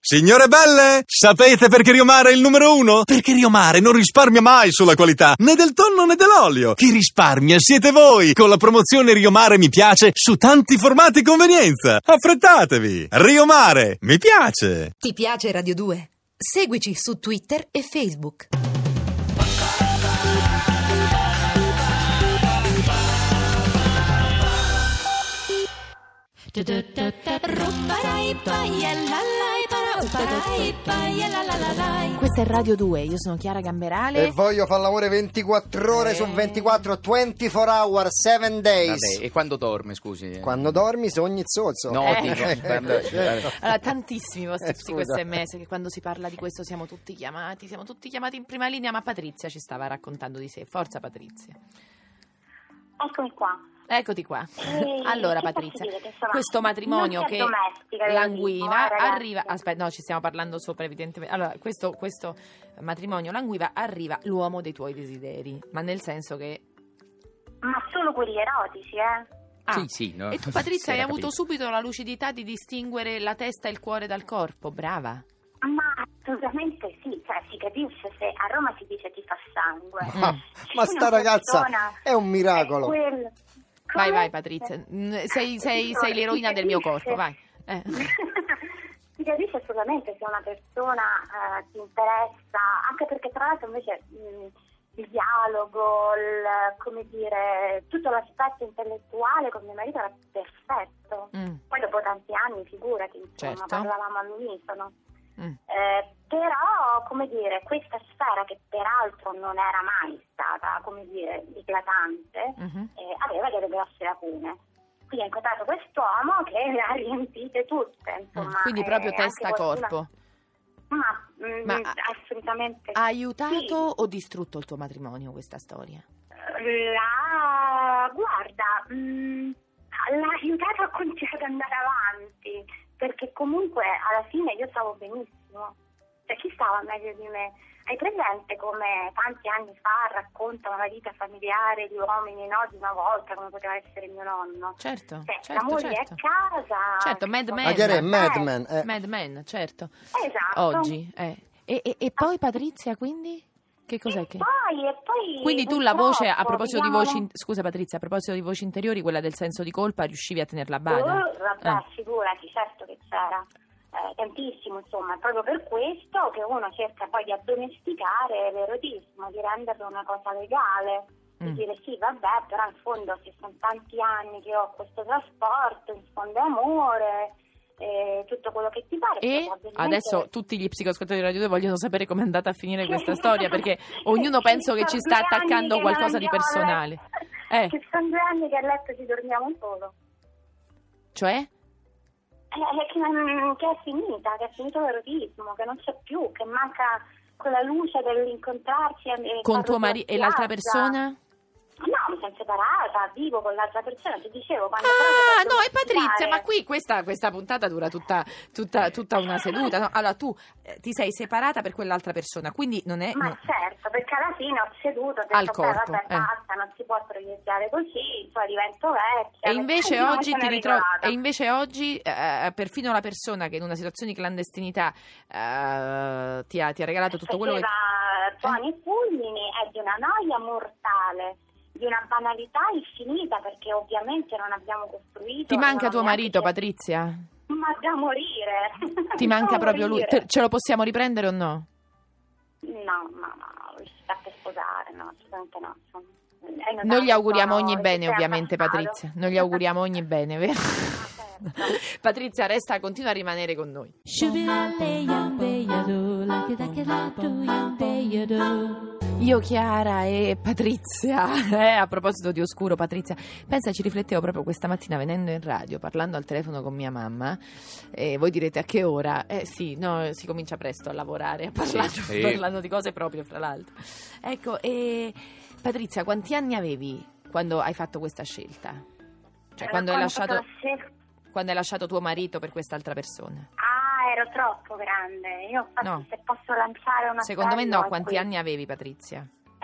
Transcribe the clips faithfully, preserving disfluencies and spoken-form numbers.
Signore belle, sapete perché Rio Mare è il numero uno? Perché Rio Mare non risparmia mai sulla qualità, né del tonno né dell'olio. Chi risparmia siete voi, con la promozione Rio Mare mi piace su tanti formati convenienza. Affrettatevi! Rio Mare, mi piace! Ti piace Radio due? Seguici su Twitter e Facebook. Questa è Radio due, io sono Chiara Gamberale e voglio fare l'amore ventiquattro ore eh. su ventiquattro, ventiquattro hour, seven days. Vabbè, e quando dorme, scusi? Quando dormi sogni zozzo. No, Eh. dico, quando- Allora, tantissimi vostri Eh, scusa. questo sms che quando si parla di questo siamo tutti chiamati, siamo tutti chiamati in prima linea, ma Patrizia ci stava raccontando di sé. Forza Patrizia. Eccomi qua. Eccoti qua. Eh, Allora che Patrizia, posso dire? Che insomma, questo matrimonio non si che addomestica, languiva, devo dire, eh, ragazzi. arriva, aspetta, no, ci stiamo parlando sopra evidentemente. Allora, questo, questo matrimonio languiva, arriva l'uomo dei tuoi desideri, ma nel senso che... Ma solo quelli erotici, eh? Ah, Sì, sì, no. e tu Patrizia Si hai era avuto capito. subito la lucidità di distinguere la testa e il cuore dal corpo, brava. Ma assolutamente sì, cioè si capisce se a Roma si dice ti fa sangue. Ma, ma sta ragazza è un miracolo. È quel... Vai, Come? vai Patrizia, Mm, sei, sei, sei l'eroina del mio corpo, vai. Eh. Si capisce assolutamente se una persona eh, ti interessa, anche perché tra l'altro invece mh, il dialogo, il, come dire, tutto l'aspetto intellettuale con mio marito era perfetto. Mm. Poi dopo tanti anni, figurati, insomma, Certo. parlavamo all'unisono. Mm. Eh, però, come dire, questa sfera che peraltro non era mai stata, come dire, eclatante, Mhm. eh, aveva delle grosse lacune. Quindi ho incontrato quest'uomo che le ha riempite tutte, insomma. Mm, quindi eh, proprio anche testa qualcuna- corpo. Ma, mm, Ma ha- assolutamente Ha aiutato sì. o distrutto il tuo matrimonio questa storia? La guarda, mh, l'ha aiutato a continuare ad andare avanti, perché comunque alla fine io stavo benissimo. Cioè, chi stava meglio di me? Hai presente come tanti anni fa raccontano la vita familiare di uomini, no, di una volta, come poteva essere mio nonno? Certo, Cioè, certo, la moglie certo. è a casa. Certo, Mad Men. Ma chi era? Mad Men. eh. Mad Men, certo. Esatto. Oggi, eh. E, e, e poi Patrizia, quindi? Che cos'è E che... poi, e poi Quindi tu la voce, a purtroppo, proposito di viviamo- voci... in- Scusa Patrizia, a proposito di voci interiori, quella del senso di colpa, riuscivi a tenerla a bada? Oh, vabbè, Ah. figurati, certo che c'era. Eh, tantissimo, insomma, è proprio per questo che uno cerca poi di addomesticare l'erotismo, di renderlo una cosa legale, di Mm. dire sì, vabbè, però in fondo se sono tanti anni che ho questo trasporto, in fondo è amore, eh, tutto quello che ti pare. E probabilmente- adesso tutti gli psicoascoltatori di Radio due vogliono sapere com'è andata a finire questa storia, perché ognuno penso che ci sta Sono due anni attaccando che qualcosa non di andiamo a personale. letto. Eh. Che sono due anni che a letto ci dormiamo solo. Cioè? Eh, che, non- che è finita, che è finito l'erotismo, che non c'è più, che manca quella luce dell'incontrarsi e Con farlo tuo marito e sulla l'altra spiaggia. persona? No, mi sono separata, vivo con l'altra persona, ti dicevo quando Ah, proprio no, per e Patrizia, domesticare- ma qui questa, questa puntata dura tutta, tutta, tutta una seduta. No? Allora, tu eh, ti sei separata per quell'altra persona, quindi non è... Ma no. certo, perché alla fine ho ceduto, ho detto, Al beh, corpo, vabbè, eh. basta, non si può proiettare così, poi divento vecchia. E invece perché oggi non ti sono ritrovi, regolata. e invece oggi eh, perfino la persona che in una situazione di clandestinità eh, ti, ha, ti ha regalato tutto quello che... Faceva tuoni e fulmini, è di una noia mortale, di una banalità infinita, perché ovviamente non abbiamo costruito. Ti manca non tuo abbiamo marito, neanche- Patrizia? Ma da morire. Ti manca Da proprio lui? morire. Te- ce lo possiamo riprendere o no? No, no, no, lui si sta per sposare, no, assolutamente no. insomma. È notato Noi gli auguriamo che sono- ogni bene, che sei ovviamente, ammazzato. Patrizia. Noi gli auguriamo ogni bene, vero? Ah, certo. Patrizia, resta, continua a rimanere con noi. Io, Chiara e Patrizia, eh, a proposito di oscuro, Patrizia, pensa, ci riflettevo proprio questa mattina venendo in radio, parlando al telefono con mia mamma, e voi direte a che ora? Eh sì, no, si comincia presto a lavorare, parlando, sì. parlando di cose proprio, fra l'altro. Ecco, e Patrizia, quanti anni avevi quando hai fatto questa scelta? Cioè, Eh, quando hai quando lasciato, ho fatto la scelta- quando hai lasciato tuo marito per quest'altra persona? Ah, ero troppo grande. Io infatti No. se posso lanciare una Secondo me no, appello a quanti qui. anni avevi, Patrizia?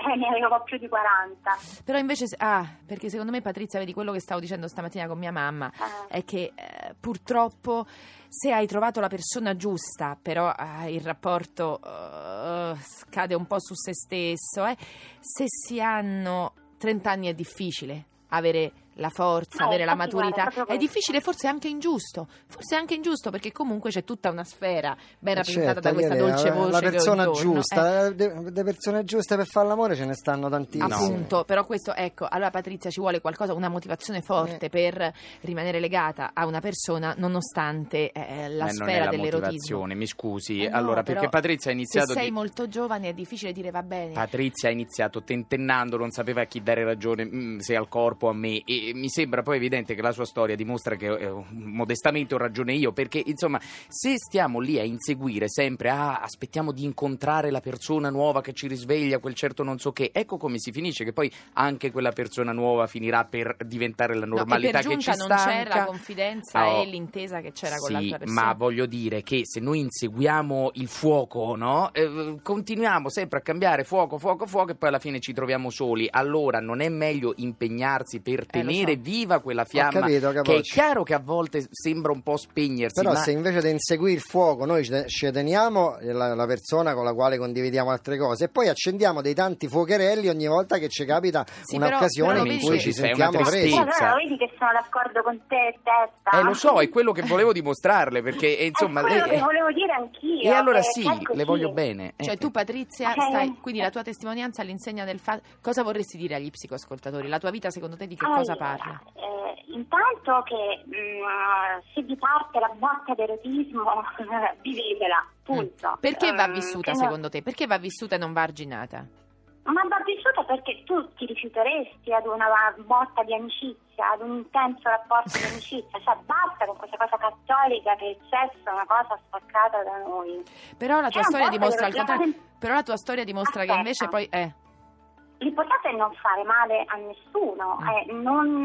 eh, ne avevo più di quaranta. Però invece, se- ah, perché secondo me, Patrizia, vedi, quello che stavo dicendo stamattina con mia mamma Eh. è che eh, purtroppo se hai trovato la persona giusta, però eh, il rapporto eh, scade un po' su se stesso, eh. Se si hanno trenta anni è difficile avere la forza, No, avere la infatti, guarda, maturità, proprio è questo. difficile, forse anche ingiusto, forse anche ingiusto, perché comunque c'è tutta una sfera ben rappresentata Certo, da questa Chiara, dolce voce la che ho persona intorno, giusta, eh. de, de persone giuste per fare l'amore ce ne stanno tantissime. Appunto, però questo, ecco, allora Patrizia, ci vuole qualcosa, una motivazione forte Eh. per rimanere legata a una persona nonostante eh, la Eh, non è sfera la dell'erotismo. motivazione, mi scusi. Eh no, allora, però perché Patrizia ha iniziato se sei di... molto giovane è difficile dire va bene. Patrizia ha iniziato tentennando, non sapeva a chi dare ragione, mm, se al corpo o a me, e mi sembra poi evidente che la sua storia dimostra che eh, modestamente ho ragione io, perché insomma se stiamo lì a inseguire sempre, ah, aspettiamo di incontrare la persona nuova che ci risveglia quel certo non so che, ecco come si finisce, che poi anche quella persona nuova finirà per diventare la normalità no, che per che ci giunta non stanca. c'è la confidenza Oh, e l'intesa che c'era con sì, l'altra persona. ma voglio dire che se noi inseguiamo il fuoco, no? Eh, continuiamo sempre a cambiare fuoco, fuoco, fuoco e poi alla fine ci troviamo soli. Allora non è meglio impegnarsi per tenere so. viva quella fiamma? capito, che è Capocci. chiaro che a volte sembra un po' spegnersi, Però ma... se invece di inseguire il fuoco noi ci ci teniamo la, la persona con la quale condividiamo altre cose e poi accendiamo dei tanti fuocherelli ogni volta che ci capita Sì, però- un'occasione però in vedi cui che ci sei una sentiamo presi. tristezza. Però allora vedi che sono d'accordo con te, testa. Eh, lo so, è quello che volevo dimostrarle, perché eh, insomma... è quello lei- che volevo dire anch'io. E allora che- sì, che è così. le voglio bene. Cioè Eh, tu Patrizia Eh. stai, quindi la tua testimonianza all'insegna del fatto, cosa vorresti dire agli psicoascoltatori? La tua vita secondo te di che cosa Allora, parla? eh, intanto che mh, se vi parte la botta d'erotismo, vivetela, punto. Perché va Mm, vissuta che no- secondo te? Perché va vissuta e non va arginata? Ma va vissuta perché tu ti rifiuteresti ad una botta di amicizia, ad un intenso rapporto di amicizia, cioè basta con questa cosa cattolica che il sesso è una cosa spaccata da noi. Però la tua C'è storia un po' dimostra il che- contrario. Però la tua storia dimostra che Aspetta. invece poi eh L'importante è non fare male a nessuno, è non,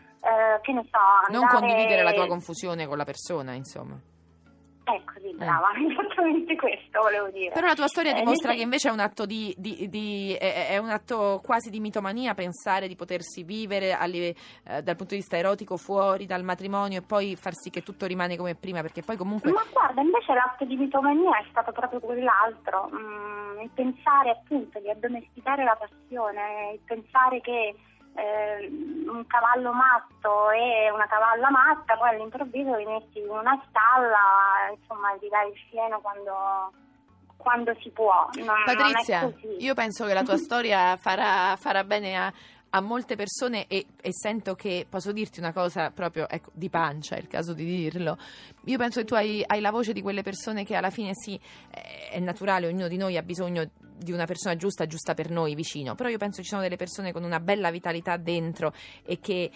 eh, che ne so, non andare... condividere la tua confusione con la persona, insomma. Ecco, sì, brava, esattamente questo volevo dire. Però la tua storia Eh, dimostra nel che invece è un atto di, di- di- è, è un atto quasi di mitomania pensare di potersi vivere a live- eh, dal punto di vista erotico fuori dal matrimonio e poi far sì che tutto rimane come prima, perché poi comunque Ma guarda, invece l'atto di mitomania è stato proprio quell'altro, mm, il pensare appunto di addomesticare la passione, il pensare che eh, un cavallo matto e una cavalla matta poi all'improvviso li metti in una stalla, insomma, gli dai il fieno quando, quando si può. Non, Patrizia, non è così. io penso che la tua storia farà, farà bene a, a molte persone e, e sento che posso dirti una cosa proprio, ecco, di pancia, è il caso di dirlo. Io penso che tu hai, hai la voce di quelle persone che alla fine sì, è naturale, ognuno di noi ha bisogno di una persona giusta, giusta per noi, vicino, però io penso che ci sono delle persone con una bella vitalità dentro e che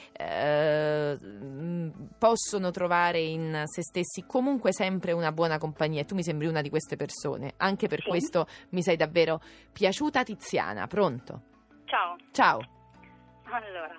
eh, possono trovare in se stessi comunque sempre una buona compagnia e tu mi sembri una di queste persone, anche per Sì. questo mi sei davvero piaciuta. Tiziana, pronto? Ciao, Ciao. allora,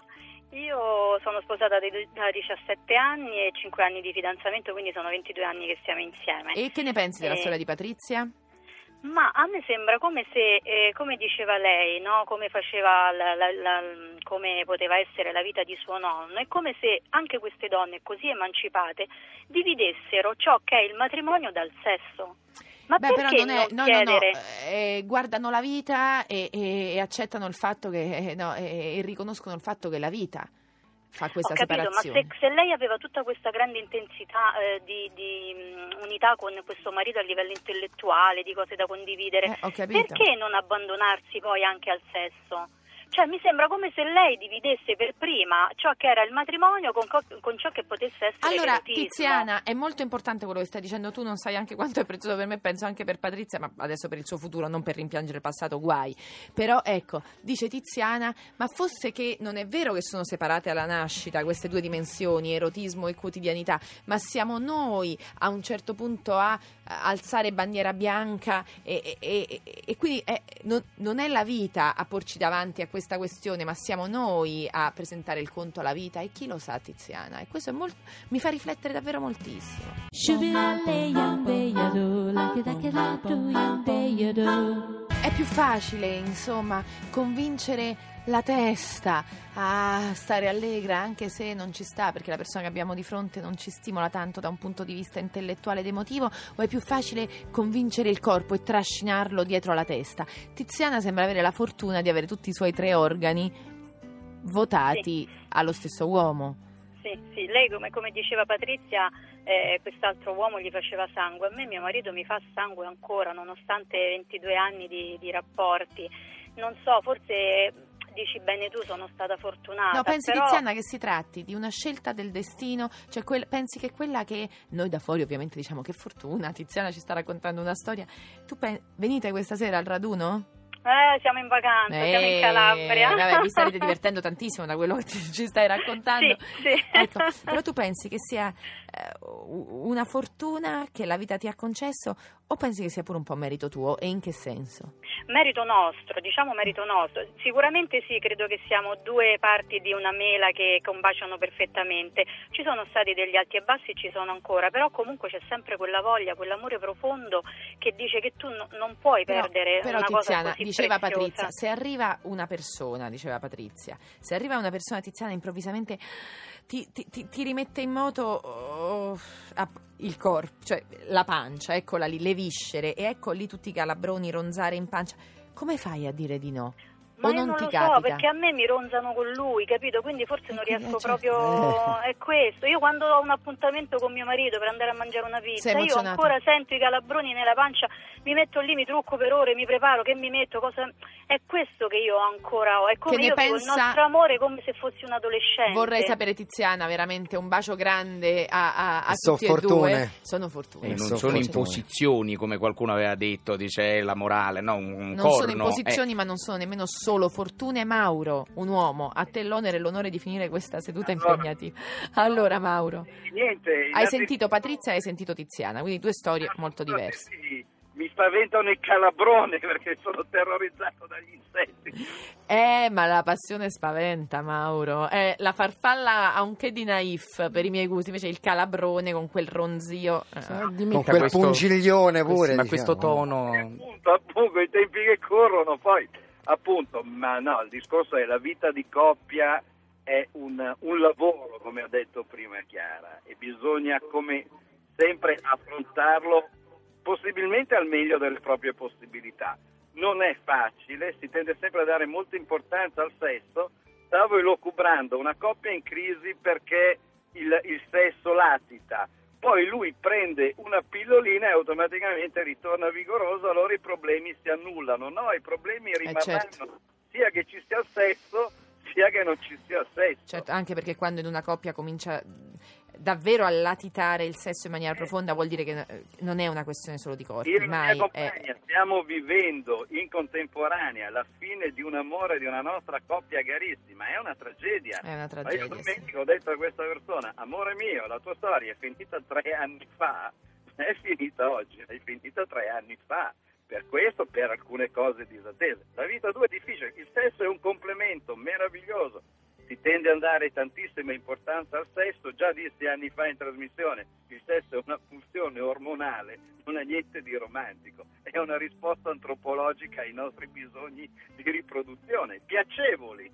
io sono sposata dai- da diciassette anni e cinque anni di fidanzamento, quindi sono ventidue anni che stiamo insieme. E che ne pensi della Eh, storia di Patrizia? Ma a me sembra come se, eh, come diceva lei, no? Come faceva la- la- la- come poteva essere la vita di suo nonno, è come se anche queste donne così emancipate dividessero ciò che è il matrimonio dal sesso. Ma Beh, però perché non è, no, no, no, chiedere? eh, guardano la vita e, e- e accettano il fatto che, eh, no, e, e riconoscono il fatto che la vita fa questa Ho capito, ma separazione. se, se lei aveva tutta questa grande intensità eh, di, di mh, unità con questo marito a livello intellettuale, di cose da condividere, Eh, ho capito. perché non abbandonarsi poi anche al sesso? Cioè mi sembra come se lei dividesse per prima ciò che era il matrimonio con, co- con ciò che potesse essere Allora, l'erotismo. Tiziana, è molto importante quello che stai dicendo tu, non sai anche quanto è prezioso per me, penso anche per Patrizia, ma adesso per il suo futuro, non per rimpiangere il passato, guai. Però ecco, dice Tiziana, ma fosse che non è vero che sono separate alla nascita queste due dimensioni, erotismo e quotidianità, ma siamo noi a un certo punto a, a alzare bandiera bianca e, e- e- e quindi è- non, non è la vita a porci davanti a questa questione, ma siamo noi a presentare il conto alla vita, e chi lo sa, Tiziana, e questo è molto, mi fa riflettere davvero moltissimo. È più facile, insomma, convincere la testa a stare allegra, anche se non ci sta, perché la persona che abbiamo di fronte non ci stimola tanto da un punto di vista intellettuale ed emotivo, o è più facile convincere il corpo e trascinarlo dietro alla testa? Tiziana sembra avere la fortuna di avere tutti i suoi tre organi votati sì. allo stesso uomo. Sì, sì, lei come, come diceva Patrizia, eh, quest'altro uomo gli faceva sangue. A me mio marito mi fa sangue ancora, nonostante ventidue anni di, di rapporti. Non so, forse dici bene tu, sono stata fortunata. No, pensi però... Tiziana che si tratti di una scelta del destino, cioè quel, pensi che quella che noi da fuori ovviamente diciamo che fortuna, Tiziana ci sta raccontando una storia. Tu pen- venite questa sera al raduno? Eh, siamo in vacanza, eh, siamo in Calabria. Vabbè, vi starete divertendo tantissimo da quello che ci stai raccontando. Sì, sì. Ecco, però tu pensi che sia eh, una fortuna che la vita ti ha concesso, o pensi che sia pure un po' merito tuo, e in che senso? Merito nostro, diciamo merito nostro. Sicuramente sì, credo che siamo due parti di una mela che combaciano perfettamente. Ci sono stati degli alti e bassi, ci sono ancora, però comunque c'è sempre quella voglia, quell'amore profondo che dice che tu no, non puoi però, perdere però, una Tiziana, cosa così diceva preziosa. Patrizia, se arriva una persona, diceva Patrizia, se arriva una persona, Tiziana, improvvisamente ti, ti, ti, ti rimette in moto oh, il corpo, cioè la pancia, eccola lì, le viscere, e ecco lì tutti i calabroni ronzare in pancia, come fai a dire di no? Ma o io non, non ti lo capita? so, perché a me mi ronzano con lui, capito? Quindi forse non Eh, riesco certo. proprio... È questo. Io quando ho un appuntamento con mio marito per andare a mangiare una pizza, Sei io emozionata? ancora sento i calabroni nella pancia, mi metto lì, mi trucco per ore, mi preparo, che mi metto, cosa... È questo che io ancora ho. È come Che ne io vivo pensa- il nostro amore come se fossi un adolescente. Vorrei sapere, Tiziana, veramente un bacio grande a, a, a Sono tutti fortune. e due. Sono fortune. E non Sono sono fortune. imposizioni, come qualcuno aveva detto, dice la morale, no, un, un Non corno. sono imposizioni, eh. ma non sono nemmeno solo fortune. Mauro, un uomo, a te l'onere e l'onore di finire questa seduta Allora. impegnativa. Allora, Mauro, Niente, hai innanzi- sentito Patrizia e hai sentito Tiziana, quindi due storie molto diverse. Sì, mi spaventano i calabroni perché sono terrorizzato dagli insetti. Eh, ma la passione spaventa, Mauro. Eh, la farfalla ha un che di naif per i miei gusti, invece il calabrone con quel ronzio. eh. Con quel questo- pungiglione pure, ma diciamo. questo tono... Appunto, appunto, i tempi che corrono, poi appunto, ma no, il discorso è la vita di coppia è un, un lavoro, come ha detto prima Chiara, e bisogna come sempre affrontarlo possibilmente al meglio delle proprie possibilità. Non è facile, si tende sempre a dare molta importanza al sesso. Stavo elucubrando una coppia in crisi perché il, il sesso latita, poi lui prende una pillolina e automaticamente ritorna vigoroso, allora i problemi si annullano. No, i problemi rimarranno certo. sia che ci sia sesso sia che non ci sia sesso. Certo, anche perché quando in una coppia comincia davvero a latitare il sesso in maniera profonda, vuol dire che eh, non è una questione solo di corpi, Io e la mai mia è... compagna stiamo vivendo in contemporanea la fine di un amore di una nostra coppia carissima, è una tragedia. È una Ma io tragedia, sì. dimentico, ho detto a questa persona: amore mio, la tua storia è finita tre anni fa, non è finita oggi, è finita tre anni fa. Per questo, per alcune cose disattese. La vita due è difficile, il sesso è un complemento meraviglioso. Si tende a dare tantissima importanza al sesso, già dissi anni fa in trasmissione, il sesso è una funzione ormonale, non ha niente di romantico, è una risposta antropologica ai nostri bisogni di riproduzione, piacevoli,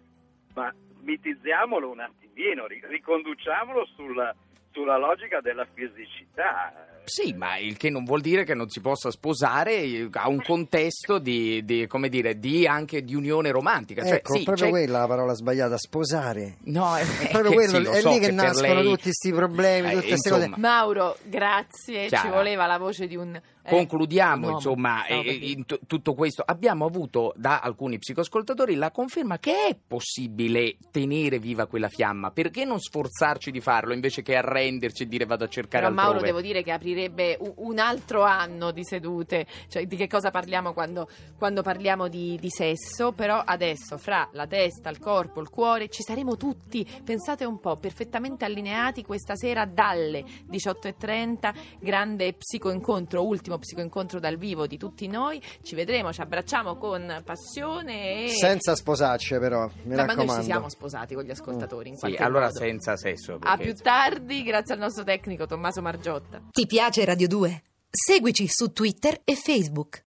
ma mitizziamolo un attimino, riconduciamolo sulla, sulla logica della fisicità. Sì, ma il che non vuol dire che non si possa sposare a un contesto di, di come dire, di anche di unione romantica. Cioè, Ecco, sì, proprio c'è- quella la parola sbagliata, sposare. No, è, È è proprio che quello, sì, lo è so lì che, per nascono lei- tutti questi problemi, Eh, tutte queste insomma, cose. Mauro, grazie, Chiara. ci voleva la voce di un... eh, Concludiamo, un uomo, insomma, stavo eh, per dire. in t- tutto questo. Abbiamo avuto da alcuni psicoascoltatori la conferma che è possibile tenere viva quella fiamma. Perché non sforzarci di farlo invece che arrenderci e dire vado a cercare Però Mauro, altrove? devo dire che aprirebbe u- un altro anno di sedute, cioè di che cosa parliamo quando, quando parliamo di, di sesso, però adesso fra la testa, il corpo, il cuore ci saremo tutti, pensate un po', perfettamente allineati questa sera dalle diciotto e trenta, grande psicoincontro, ultimo psicoincontro dal vivo di tutti noi, ci vedremo, ci abbracciamo con passione e... Senza sposacce però, mi Ma- ma noi raccomando. ci siamo sposati con gli ascoltatori in Sì, qualche allora modo. senza sesso. A perché- più tardi, grazie al nostro tecnico Tommaso Margiotta. Ti piace Radio due? Seguici su Twitter e Facebook.